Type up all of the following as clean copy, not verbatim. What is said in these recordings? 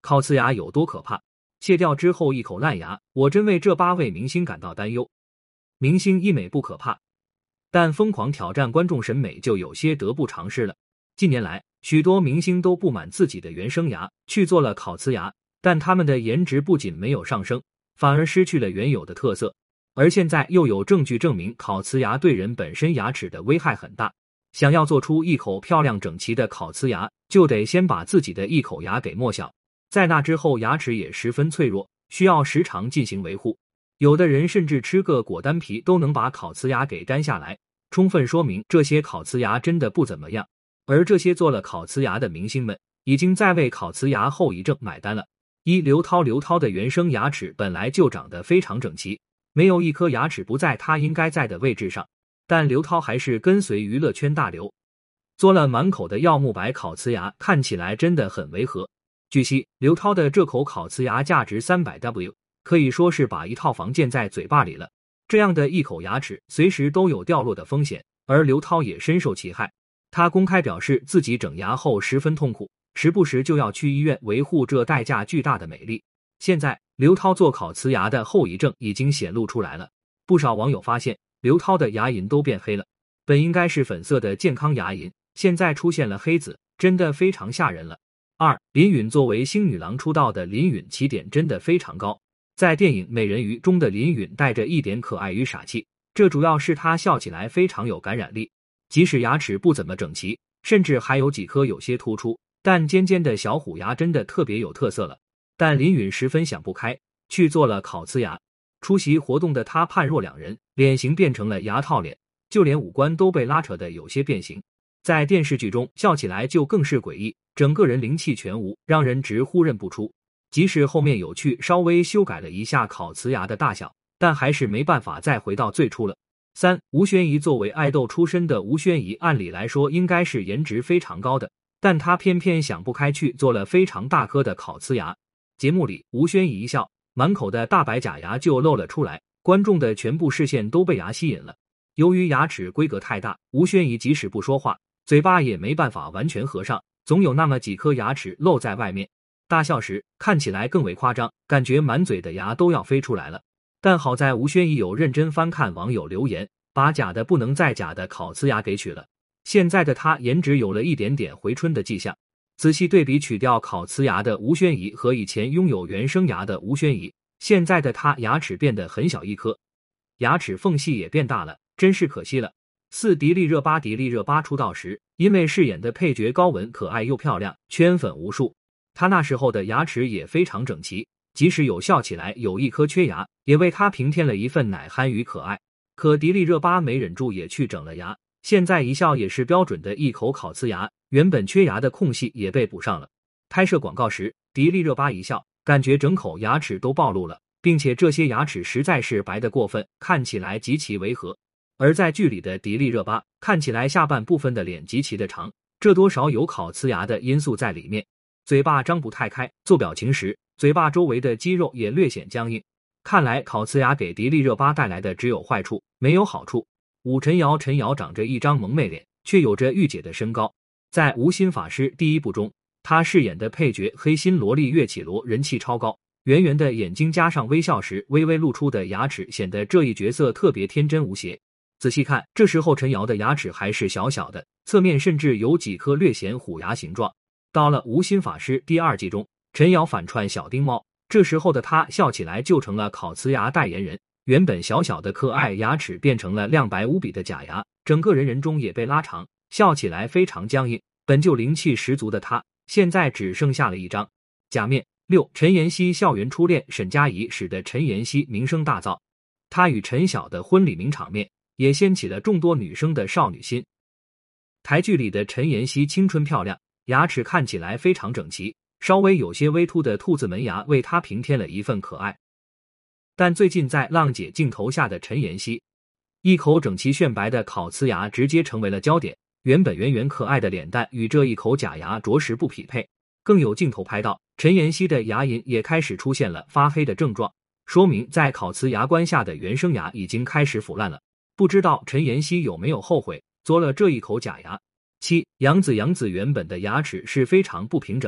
烤瓷牙有多可怕？卸掉之后一口烂牙，我真为这8位明星感到担忧。明星医美不可怕，但疯狂挑战观众审美就有些得不偿失了。近年来，许多明星都不满自己的原生牙，去做了烤瓷牙，但他们的颜值不仅没有上升，反而失去了原有的特色。而现在又有证据证明烤瓷牙对人本身牙齿的危害很大。想要做出一口漂亮整齐的烤瓷牙，就得先把自己的一口牙给磨小，在那之后牙齿也十分脆弱，需要时常进行维护。有的人甚至吃个果丹皮都能把烤瓷牙给粘下来，充分说明这些烤瓷牙真的不怎么样。而这些做了烤瓷牙的明星们，已经在为烤瓷牙后遗症买单了。刘涛的原生牙齿本来就长得非常整齐，没有一颗牙齿不在他应该在的位置上，但刘涛还是跟随娱乐圈大流，做了满口的耀目白烤瓷牙，看起来真的很违和。据悉，刘涛的这口烤瓷牙价值300W，可以说是把一套房建在嘴巴里了。这样的一口牙齿随时都有掉落的风险，而刘涛也深受其害。他公开表示自己整牙后十分痛苦，时不时就要去医院维护这代价巨大的美丽。现在刘涛做烤瓷牙的后遗症已经显露出来了，不少网友发现刘涛的牙龈都变黑了，本应该是粉色的健康牙龈，现在出现了黑紫，真的非常吓人了。林允作为星女郎出道的林允起点真的非常高，在电影《美人鱼》中的林允带着一点可爱与傻气，这主要是她笑起来非常有感染力，即使牙齿不怎么整齐，甚至还有几颗有些突出，但尖尖的小虎牙真的特别有特色了。但林允十分想不开，去做了烤瓷牙。出席活动的她判若两人，脸型变成了牙套脸，就连五官都被拉扯得有些变形。在电视剧中笑起来就更是诡异，整个人灵气全无，让人直呼认不出。即使后面有去稍微修改了一下烤瓷牙的大小，但还是没办法再回到最初了。吴宣仪作为爱豆出身的吴宣仪，按理来说应该是颜值非常高的，但她偏偏想不开去做了非常大颗的烤瓷牙。节目里吴宣仪一笑，满口的大白假牙就露了出来，观众的全部视线都被牙吸引了。由于牙齿规格太大，吴宣仪即使不说话，嘴巴也没办法完全合上，总有那么几颗牙齿露在外面。大笑时看起来更为夸张，感觉满嘴的牙都要飞出来了。但好在吴宣仪有认真翻看网友留言，把假的不能再假的烤瓷牙给取了。现在的她颜值有了一点点回春的迹象。仔细对比取掉烤瓷牙的吴宣仪和以前拥有原生牙的吴宣仪，现在的她牙齿变得很小一颗，牙齿缝隙也变大了，真是可惜了。迪丽热巴出道时，因为饰演的配角高雯可爱又漂亮，圈粉无数。她那时候的牙齿也非常整齐，即使有笑起来有一颗缺牙，也为她平添了一份奶憨与可爱。可迪丽热巴没忍住也去整了牙，现在一笑也是标准的一口烤瓷牙，原本缺牙的空隙也被补上了。拍摄广告时，迪丽热巴一笑，感觉整口牙齿都暴露了，并且这些牙齿实在是白得过分，看起来极其违和。而在剧里的迪丽热巴看起来下半部分的脸极其的长，这多少有烤瓷牙的因素在里面。嘴巴张不太开，做表情时嘴巴周围的肌肉也略显僵硬。看来烤瓷牙给迪丽热巴带来的只有坏处，没有好处。陈瑶长着一张萌妹脸，却有着御姐的身高。在《无心法师》第1部中，她饰演的配角黑心萝莉岳绮罗人气超高，圆圆的眼睛加上微笑时微微露出的牙齿，显得这一角色特别天真无邪。仔细看，这时候陈瑶的牙齿还是小小的，侧面甚至有几颗略显虎牙形状。到了《无心法师》第2季中，陈瑶反串小丁猫，这时候的她笑起来就成了烤瓷牙代言人，原本小小的可爱牙齿变成了亮白无比的假牙，整个人中也被拉长，笑起来非常僵硬。本就灵气十足的她，现在只剩下了一张假面。陈妍希校园初恋沈佳宜使得陈妍希名声大噪，她与陈晓的婚礼名场面也掀起了众多女生的少女心。台剧里的陈妍希青春漂亮，牙齿看起来非常整齐，稍微有些微凸的兔子门牙为她平添了一份可爱。但最近在浪姐镜头下的陈妍希，一口整齐炫白的烤瓷牙直接成为了焦点，原本圆圆可爱的脸蛋与这一口假牙着实不匹配。更有镜头拍到陈妍希的牙龈也开始出现了发黑的症状，说明在烤瓷牙关下的原生牙已经开始腐烂了。不知道陈妍希有没有后悔做了这一口假牙。杨紫原本的牙齿是非常不平整的，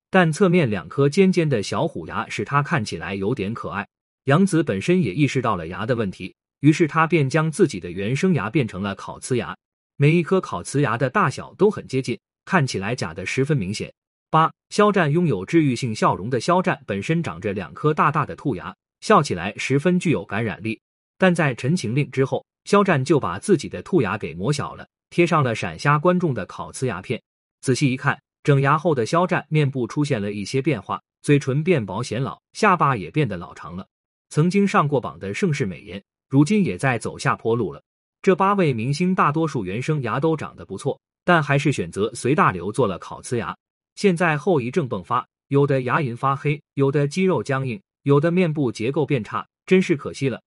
但侧面2颗尖尖的小虎牙使他看起来有点可爱。杨子本身也意识到了牙的问题，于是他便将自己的原生牙变成了烤瓷牙，每一颗烤瓷牙的大小都很接近，看起来假得十分明显。8. 肖战拥有治愈性笑容的肖战本身长着2颗大大的兔牙，笑起来十分具有感染力。但在《陈情令》之后，肖战就把自己的兔牙给磨小了，贴上了闪瞎观众的烤瓷牙片。仔细一看，整牙后的肖战面部出现了一些变化，嘴唇变薄显老，下巴也变得老长了。曾经上过榜的盛世美颜，如今也在走下坡路了。这8位明星大多数原生牙都长得不错，但还是选择随大流做了烤瓷牙。现在后遗症迸发，有的牙龈发黑，有的肌肉僵硬，有的面部结构变差，真是可惜了。